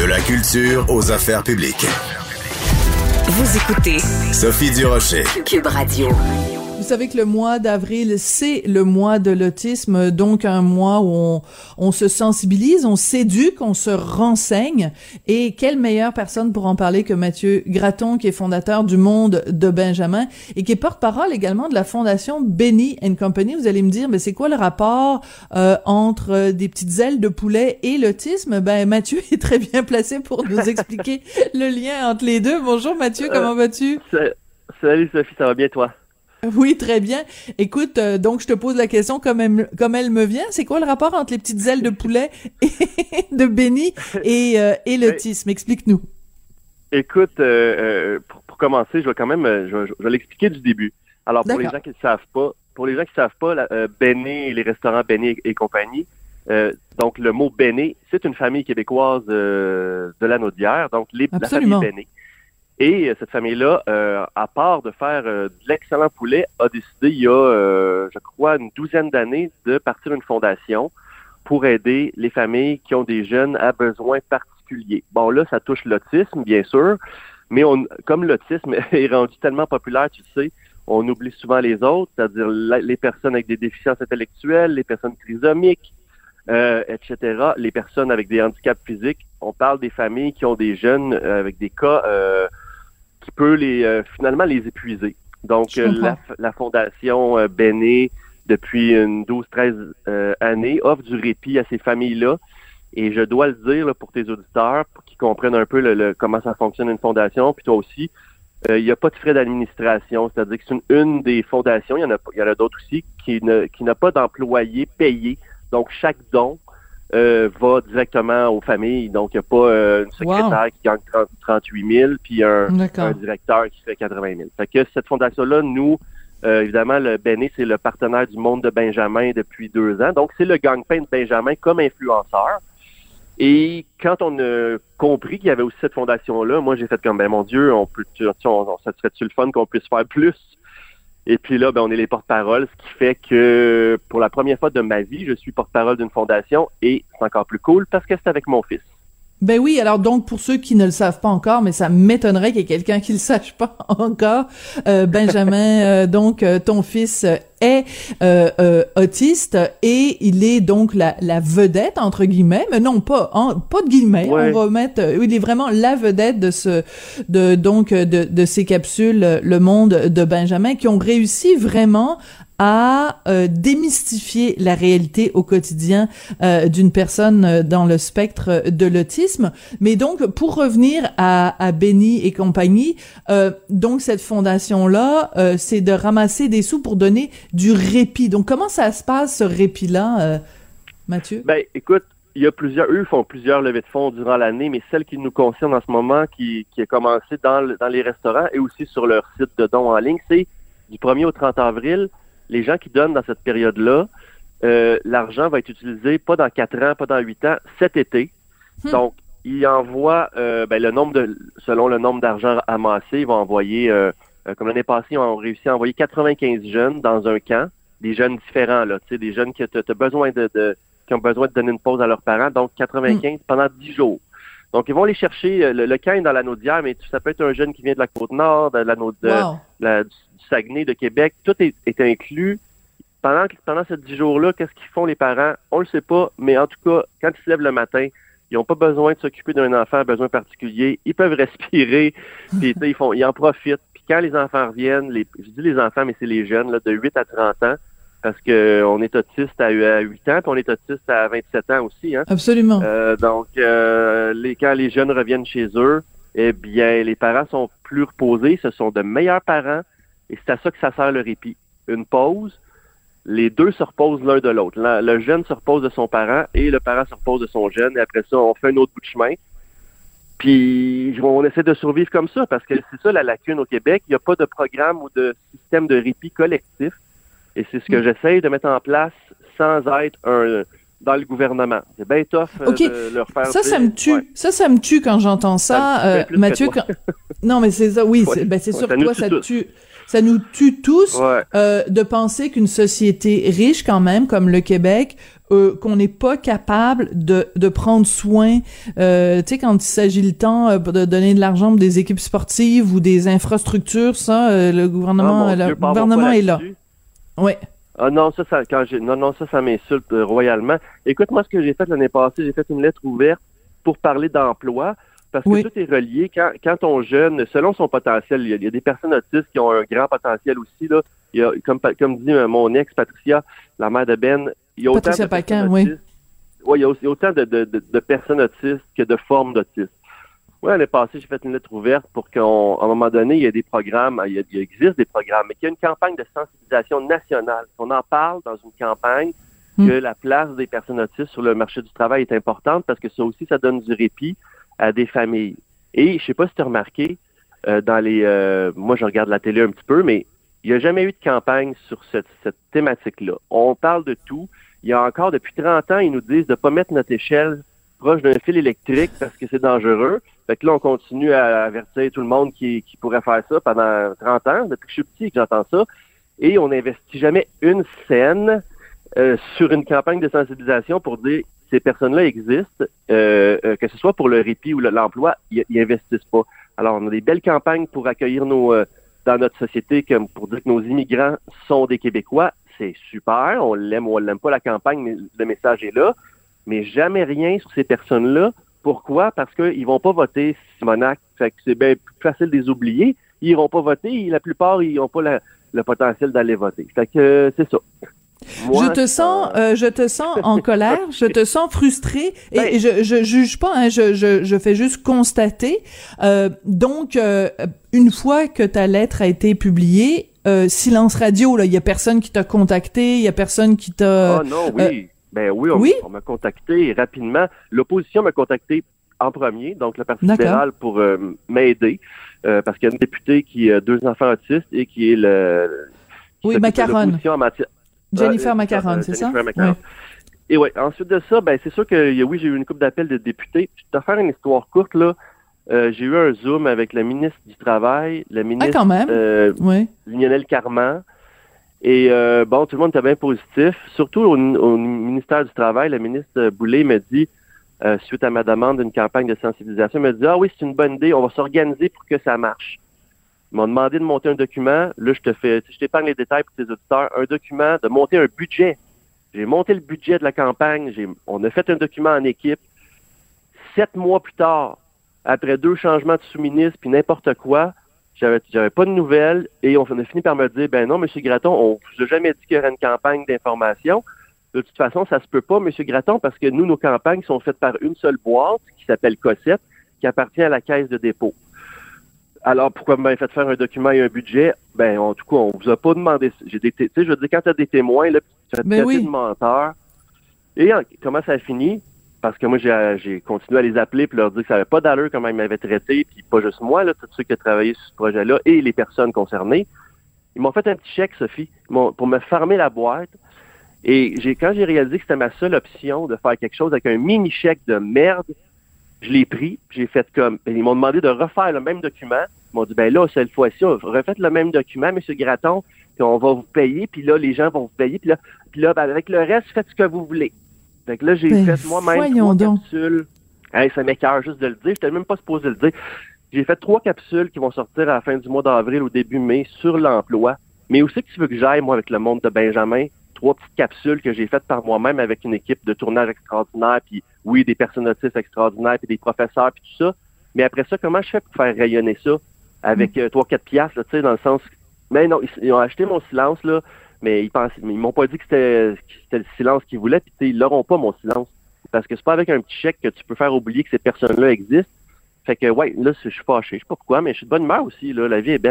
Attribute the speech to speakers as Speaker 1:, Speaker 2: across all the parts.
Speaker 1: la culture aux affaires publiques.
Speaker 2: Vous écoutez
Speaker 1: Sophie Durocher.
Speaker 2: Cube Radio.
Speaker 3: Vous savez que le mois d'avril, c'est le mois de l'autisme, donc un mois où on se sensibilise, on s'éduque, on se renseigne. Et quelle meilleure personne pour en parler que Mathieu Gratton, qui est fondateur du Monde de Benjamin et qui est porte-parole également de la fondation Benny & Company. Vous allez me dire, mais c'est quoi le rapport entre des petites ailes de poulet et l'autisme? Ben, Mathieu est très bien placé pour nous expliquer le lien entre les deux. Bonjour Mathieu, comment vas-tu?
Speaker 4: Salut Sophie, ça va bien toi?
Speaker 3: Oui, très bien. Écoute, donc je te pose la question comme elle me vient. C'est quoi le rapport entre les petites ailes de poulet de Benny et l'autisme? Explique-nous.
Speaker 4: Écoute, pour commencer, je vais quand même, je vais l'expliquer du début. Alors pour les gens qui ne savent pas, Benny et les restaurants Benny et compagnie. Donc le mot Benny, c'est une famille québécoise de la Naudière. Donc la famille Benny. Et cette famille-là, à part de faire de l'excellent poulet, a décidé il y a, je crois, une douzaine d'années de partir une fondation pour aider les familles qui ont des jeunes à besoins particuliers. Bon, là, ça touche l'autisme, bien sûr, mais comme l'autisme est rendu tellement populaire, tu sais, on oublie souvent les autres, c'est-à-dire les personnes avec des déficiences intellectuelles, les personnes trisomiques, etc., les personnes avec des handicaps physiques. On parle des familles qui ont des jeunes avec des cas qui peut finalement les épuiser. Donc, la fondation Benny, depuis une 12-13 années, offre du répit à ces familles-là. Et je dois le dire là, pour tes auditeurs, pour qu'ils comprennent un peu comment ça fonctionne une fondation, puis toi aussi, il n'y a pas de frais d'administration. C'est-à-dire que c'est une des fondations, il y en a d'autres aussi, qui n'a pas d'employés payés. Donc, chaque don va directement aux familles. Donc, il n'y a pas une secrétaire qui gagne 38 000 puis un directeur qui fait 80 000. Fait que cette fondation-là, nous, évidemment, le Benny, c'est le partenaire du Monde de Benjamin depuis 2 ans. Donc, c'est le gang-pain de Benjamin comme influenceur. Et quand on a compris qu'il y avait aussi cette fondation-là, moi, j'ai fait comme, mon Dieu, ça serait-tu le fun qu'on puisse faire plus? Et puis là, on est les porte-paroles, ce qui fait que pour la première fois de ma vie, je suis porte-parole d'une fondation et c'est encore plus cool parce que c'est avec mon fils.
Speaker 3: Ben oui, alors donc pour ceux qui ne le savent pas encore, mais ça m'étonnerait qu'il y ait quelqu'un qui le sache pas encore, Benjamin, donc ton fils est autiste et il est donc la vedette entre guillemets, mais non pas de guillemets, on va mettre, il est vraiment la vedette de ces capsules Le Monde de Benjamin qui ont réussi vraiment à démystifier la réalité au quotidien d'une personne dans le spectre de l'autisme. Mais donc, pour revenir à Benny et compagnie, donc cette fondation-là, c'est de ramasser des sous pour donner du répit. Donc, comment ça se passe, ce répit-là, Mathieu?
Speaker 4: Ben, écoute, eux font plusieurs levées de fonds durant l'année, mais celle qui nous concerne en ce moment, qui a commencé dans les restaurants et aussi sur leur site de dons en ligne, c'est du 1er au 30 avril. Les gens qui donnent dans cette période-là, l'argent va être utilisé pas dans 4 ans, pas dans 8 ans, cet été. Donc, ils envoient selon le nombre d'argent amassé, ils vont envoyer, comme l'année passée, ils ont réussi à envoyer 95 jeunes dans un camp, des jeunes différents, là, tu sais, des jeunes qui ont besoin de donner une pause à leurs parents, donc 95 pendant 10 jours. Donc, ils vont aller chercher, le camp est dans la Naudière, mais ça peut être un jeune qui vient de la Côte-Nord, du Saguenay, de Québec, tout est inclus. Pendant ces 10 jours-là, qu'est-ce qu'ils font les parents? On le sait pas, mais en tout cas, quand ils se lèvent le matin, ils n'ont pas besoin de s'occuper d'un enfant à besoin particulier. Ils peuvent respirer, puis ils en profitent. Puis quand les enfants reviennent, je dis les enfants, mais c'est les jeunes là, de 8 à 30 ans, parce que on est autiste à 8 ans, puis on est autiste à 27 ans aussi. Hein?
Speaker 3: Absolument.
Speaker 4: Donc, quand les jeunes reviennent chez eux, eh bien, les parents sont plus reposés, ce sont de meilleurs parents, et c'est à ça que ça sert le répit. Une pause, les deux se reposent l'un de l'autre. Le jeune se repose de son parent et le parent se repose de son jeune, et après ça, on fait un autre bout de chemin. Puis, on essaie de survivre comme ça, parce que c'est ça la lacune au Québec. Il n'y a pas de programme ou de système de répit collectif. Et c'est ce que j'essaie de mettre en place sans être dans le gouvernement. C'est bien tough de leur faire
Speaker 3: ça,
Speaker 4: dire.
Speaker 3: ça me tue. Ouais. Ça me tue quand j'entends ça. Mathieu, non, mais c'est ça, oui, c'est sûr que toi, ça te tue. Ça nous tue tous de penser qu'une société riche quand même, comme le Québec, qu'on n'est pas capable de prendre soin, tu sais, quand il s'agit le temps de donner de l'argent pour des équipes sportives ou des infrastructures, ça, le gouvernement est là. Oui.
Speaker 4: Ah non, ça m'insulte royalement. Écoute, moi, ce que j'ai fait l'année passée, j'ai fait une lettre ouverte pour parler d'emploi, parce que tout est relié. Quand on jeune, selon son potentiel, il y a des personnes autistes qui ont un grand potentiel aussi, là. Il y a, comme dit mon ex, Patricia, la mère de Ben, il y a autant de personnes autistes. Oui, il y a aussi autant de personnes autistes que de formes d'autisme. Oui, l'année passée, j'ai fait une lettre ouverte pour qu'à un moment donné, il y ait des programmes, il existe des programmes, mais qu'il y ait une campagne de sensibilisation nationale. On en parle dans une campagne que la place des personnes autistes sur le marché du travail est importante parce que ça aussi, ça donne du répit à des familles. Et je sais pas si tu as remarqué, moi je regarde la télé un petit peu, mais il n'y a jamais eu de campagne sur cette thématique-là. On parle de tout. Il y a encore, depuis 30 ans, ils nous disent de ne pas mettre notre échelle proche d'un fil électrique parce que c'est dangereux. Fait que là, on continue à avertir tout le monde qui pourrait faire ça pendant 30 ans, depuis que je suis petit et que j'entends ça. Et on n'investit jamais une scène sur une campagne de sensibilisation pour dire ces personnes-là existent, que ce soit pour le répit ou l'emploi, ils investissent pas. Alors, on a des belles campagnes pour accueillir dans notre société, comme pour dire que nos immigrants sont des Québécois. C'est super, on l'aime ou on l'aime pas la campagne, mais le message est là. Mais jamais rien sur ces personnes-là. Pourquoi? Parce qu'ils vont pas voter Simonac. Fait que c'est bien plus facile de les oublier. Ils iront pas voter. La plupart, ils n'ont pas le potentiel d'aller voter. Fait que c'est ça. Moi,
Speaker 3: je te sens en colère, je te sens frustré et je juge pas, hein, je fais juste constater. Donc, une fois que ta lettre a été publiée, silence radio, là, il y a personne qui t'a contacté, il y a personne qui t'a.
Speaker 4: Ah non, oui. On m'a contacté rapidement. L'opposition m'a contacté en premier, donc le Parti libéral pour m'aider, parce qu'il y a une députée qui a 2 enfants autistes et qui est
Speaker 3: Macaron. Jennifer Macaron, c'est ça?
Speaker 4: Macaron. Et ensuite de ça, c'est sûr que j'ai eu une couple d'appels de députés. Je vais te faire une histoire courte, là. J'ai eu un Zoom avec la ministre du Travail, la ministre Lionel Carman. Et tout le monde était bien positif. Surtout au ministère du Travail, la ministre Boulay me dit, suite à ma demande d'une campagne de sensibilisation, elle m'a dit « Ah oui, c'est une bonne idée, on va s'organiser pour que ça marche. » Ils m'ont demandé de monter un document. Là, je t'épargne les détails pour tes auditeurs. Un document, de monter un budget. J'ai monté le budget de la campagne. On a fait un document en équipe. 7 mois plus tard, après 2 changements de sous-ministre puis n'importe quoi, j'avais pas de nouvelles et on a fini par me dire, non, M. Gratton, on vous a jamais dit qu'il y aurait une campagne d'information. De toute façon, ça se peut pas, M. Gratton, parce que nous, nos campagnes sont faites par une seule boîte qui s'appelle Cossette, qui appartient à la Caisse de dépôt. Alors, pourquoi vous m'avez fait faire un document et un budget? En tout cas, on vous a pas demandé ça. Je veux dire, quand tu as des témoins, là, tu fais de menteur. Et comment ça a fini? Parce que moi, j'ai continué à les appeler puis leur dire que ça n'avait pas d'allure comment ils m'avaient traité, puis pas juste moi, là, tous ceux qui ont travaillé sur ce projet-là et les personnes concernées. Ils m'ont fait un petit chèque, Sophie, pour me fermer la boîte. Et quand j'ai réalisé que c'était ma seule option de faire quelque chose avec un mini-chèque de merde, je l'ai pris, j'ai fait comme... Ils m'ont demandé de refaire le même document. Ils m'ont dit, là, cette fois-ci, refaites le même document, M. Gratton, puis on va vous payer, puis là, les gens vont vous payer, puis là avec le reste, faites ce que vous voulez. Fait que là, j'ai fait moi-même 3 capsules. Hey, ça m'écoeure juste de le dire. Je n'étais même pas supposé le dire. J'ai fait 3 capsules qui vont sortir à la fin du mois d'avril ou début mai sur l'emploi. Mais où c'est que tu veux que j'aille, moi, avec le monde de Benjamin? 3 petites capsules que j'ai faites par moi-même avec une équipe de tournage extraordinaire, puis oui, des personnes autistes extraordinaires, puis des professeurs, puis tout ça. Mais après ça, comment je fais pour faire rayonner ça avec 3-4 piastres, là, tu sais, dans le sens... Mais non, ils ont acheté mon silence, là, mais ils m'ont pas dit que c'était le silence qu'ils voulaient, puis ils l'auront pas, mon silence. Parce que c'est pas avec un petit chèque que tu peux faire oublier que ces personnes-là existent. Fait que, là, je suis fâché. Je sais pas pourquoi, mais je suis de bonne humeur aussi, là. La vie est belle.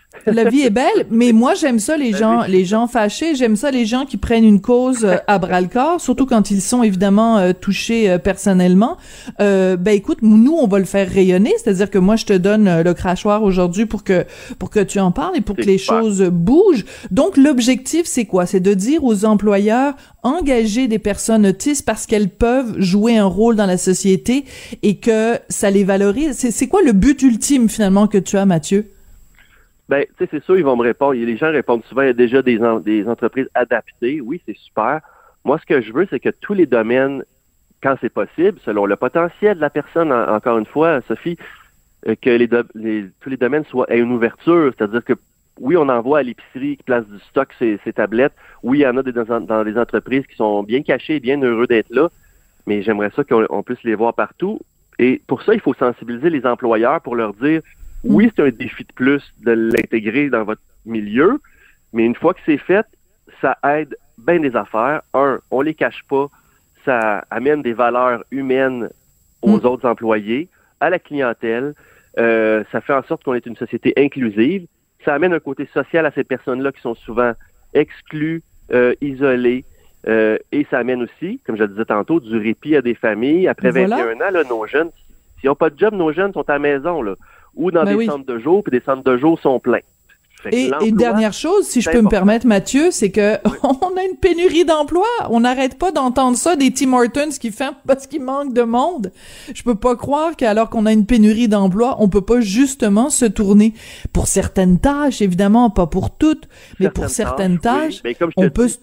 Speaker 3: La vie est belle, mais moi j'aime ça les gens fâchés, j'aime ça les gens qui prennent une cause à bras-le-corps, surtout quand ils sont évidemment touchés personnellement. Écoute, nous on va le faire rayonner, c'est-à-dire que moi je te donne le crachoir aujourd'hui pour que tu en parles et pour que les choses bougent. Donc l'objectif c'est quoi? C'est de dire aux employeurs engager des personnes autistes parce qu'elles peuvent jouer un rôle dans la société et que ça les valorise. C'est quoi le but ultime finalement que tu as, Mathieu?
Speaker 4: Ben, tu sais, c'est sûr, ils vont me répondre. Les gens répondent souvent, il y a déjà des entreprises adaptées. Oui, c'est super. Moi, ce que je veux, c'est que tous les domaines, quand c'est possible, selon le potentiel de la personne, encore une fois, Sophie, que tous les domaines aient une ouverture. C'est-à-dire que, oui, on envoie à l'épicerie qui place du stock ces tablettes. Oui, il y en a dans les entreprises qui sont bien cachées, bien heureux d'être là. Mais j'aimerais ça qu'on puisse les voir partout. Et pour ça, il faut sensibiliser les employeurs pour leur dire oui, c'est un défi de plus de l'intégrer dans votre milieu, mais une fois que c'est fait, ça aide bien des affaires. On les cache pas, ça amène des valeurs humaines aux autres employés, à la clientèle, ça fait en sorte qu'on est une société inclusive, ça amène un côté social à ces personnes-là qui sont souvent exclues, isolées, et ça amène aussi, comme je le disais tantôt, du répit à des familles. Après 21 ans, là, nos jeunes, s'ils n'ont pas de job, nos jeunes sont à la maison, là, ou dans des centres de jour, puis des centres de jour sont pleins.
Speaker 3: Et une dernière chose, si je peux me permettre, Mathieu, c'est que on a une pénurie d'emplois. On n'arrête pas d'entendre ça des Tim Hortons qui ferment parce qu'il manque de monde. Je peux pas croire qu'alors qu'on a une pénurie d'emplois, on peut pas justement se tourner pour certaines tâches, évidemment, pas pour toutes, mais pour certaines tâches,
Speaker 4: oui. Comme je
Speaker 3: on peut...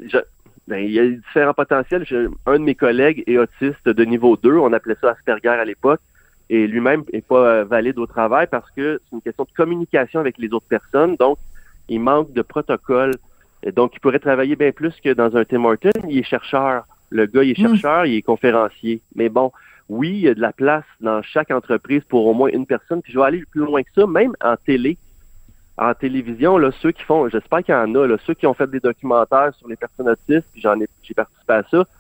Speaker 4: il y a différents potentiels. Un de mes collègues est autiste de niveau 2, on appelait ça Asperger à l'époque. Et lui-même n'est pas valide au travail parce que c'est une question de communication avec les autres personnes. Donc, il manque de protocole. Et donc, il pourrait travailler bien plus que dans un Tim Hortons. Il est chercheur. Le gars, il est chercheur, il est conférencier. Mais bon, oui, il y a de la place dans chaque entreprise pour au moins une personne. Puis je vais aller plus loin que ça, même en en télévision, là, ceux qui font, j'espère qu'il y en a, là, ceux qui ont fait des documentaires sur les personnes autistes, puis j'ai participé à ça.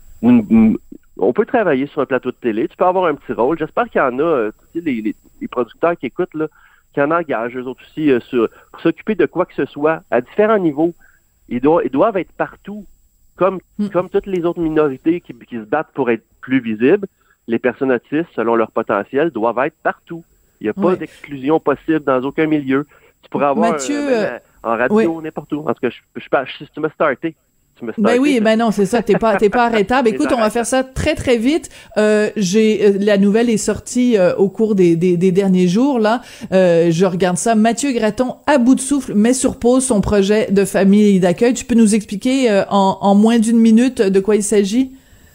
Speaker 4: On peut travailler sur un plateau de télé, tu peux avoir un petit rôle. J'espère qu'il y en a, les producteurs qui écoutent, là, qui en engagent, eux autres aussi, pour s'occuper de quoi que ce soit, à différents niveaux. Ils doivent être partout, comme toutes les autres minorités qui se battent pour être plus visibles. Les personnes autistes, selon leur potentiel, doivent être partout. Il n'y a pas d'exclusion possible dans aucun milieu. Tu pourrais avoir en radio, n'importe où. En tout cas, si tu m'as starté.
Speaker 3: Non, c'est ça, t'es pas arrêtable. Écoute, on va faire ça très très vite. La nouvelle est sortie au cours des derniers jours là. Je regarde ça. Mathieu Graton, à bout de souffle, met sur pause son projet de famille d'accueil. Tu peux nous expliquer en moins d'une minute de quoi il s'agit?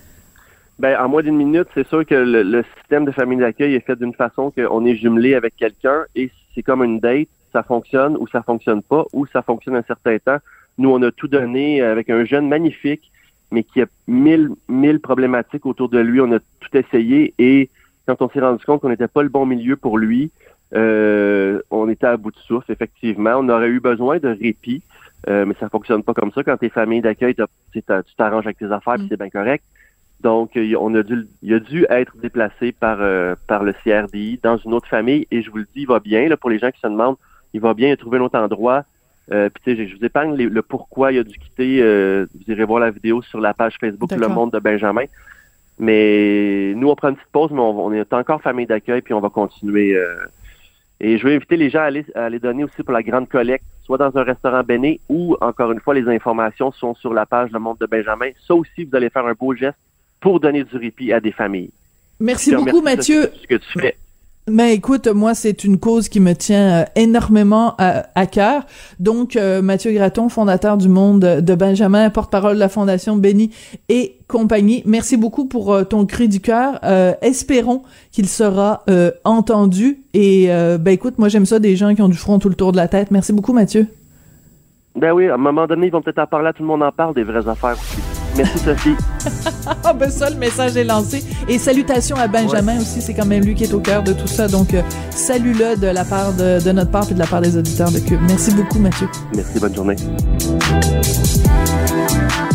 Speaker 4: En moins d'une minute, c'est sûr que le système de famille d'accueil est fait d'une façon qu'on est jumelé avec quelqu'un et c'est comme une date, ça fonctionne ou ça fonctionne pas ou ça fonctionne un certain temps. Nous, on a tout donné avec un jeune magnifique, mais qui a mille problématiques autour de lui. On a tout essayé et quand on s'est rendu compte qu'on n'était pas le bon milieu pour lui, on était à bout de souffle, effectivement. On aurait eu besoin de répit, mais ça fonctionne pas comme ça. Quand t'es famille d'accueil, tu t'arranges avec tes affaires puis c'est bien correct. Donc, il a dû être déplacé par le CRDI dans une autre famille et je vous le dis, il va bien. Là, pour les gens qui se demandent, il va bien, il a trouvé un autre endroit. Puis tu sais, je vous épargne le pourquoi il a dû quitter. Vous irez voir la vidéo sur la page Facebook Le Monde de Benjamin. Mais nous, on prend une petite pause, mais on est encore famille d'accueil, puis on va continuer. Et je vais inviter les gens à aller donner aussi pour la grande collecte, soit dans un restaurant Béné ou, encore une fois, les informations sont sur la page Le Monde de Benjamin. Ça aussi, vous allez faire un beau geste pour donner du répit à des familles.
Speaker 3: Merci beaucoup, Mathieu.
Speaker 4: Ce que tu fais.
Speaker 3: Mais écoute, moi, c'est une cause qui me tient énormément à cœur. Donc, Mathieu Graton, fondateur du Monde de Benjamin, porte-parole de la Fondation Béni et compagnie, merci beaucoup pour ton cri du cœur. Espérons qu'il sera entendu. Et écoute, moi, j'aime ça des gens qui ont du front tout le tour de la tête. Merci beaucoup, Mathieu.
Speaker 4: Ben oui, à un moment donné, ils vont peut-être en parler, tout le monde en parle, des vraies affaires aussi. Merci, Sophie.
Speaker 3: Ça, le message est lancé. Et salutations à Benjamin aussi, c'est quand même lui qui est au cœur de tout ça. Donc, salut-le de la part de notre part et de la part des auditeurs de Cube. Merci beaucoup, Mathieu.
Speaker 4: Merci, bonne journée.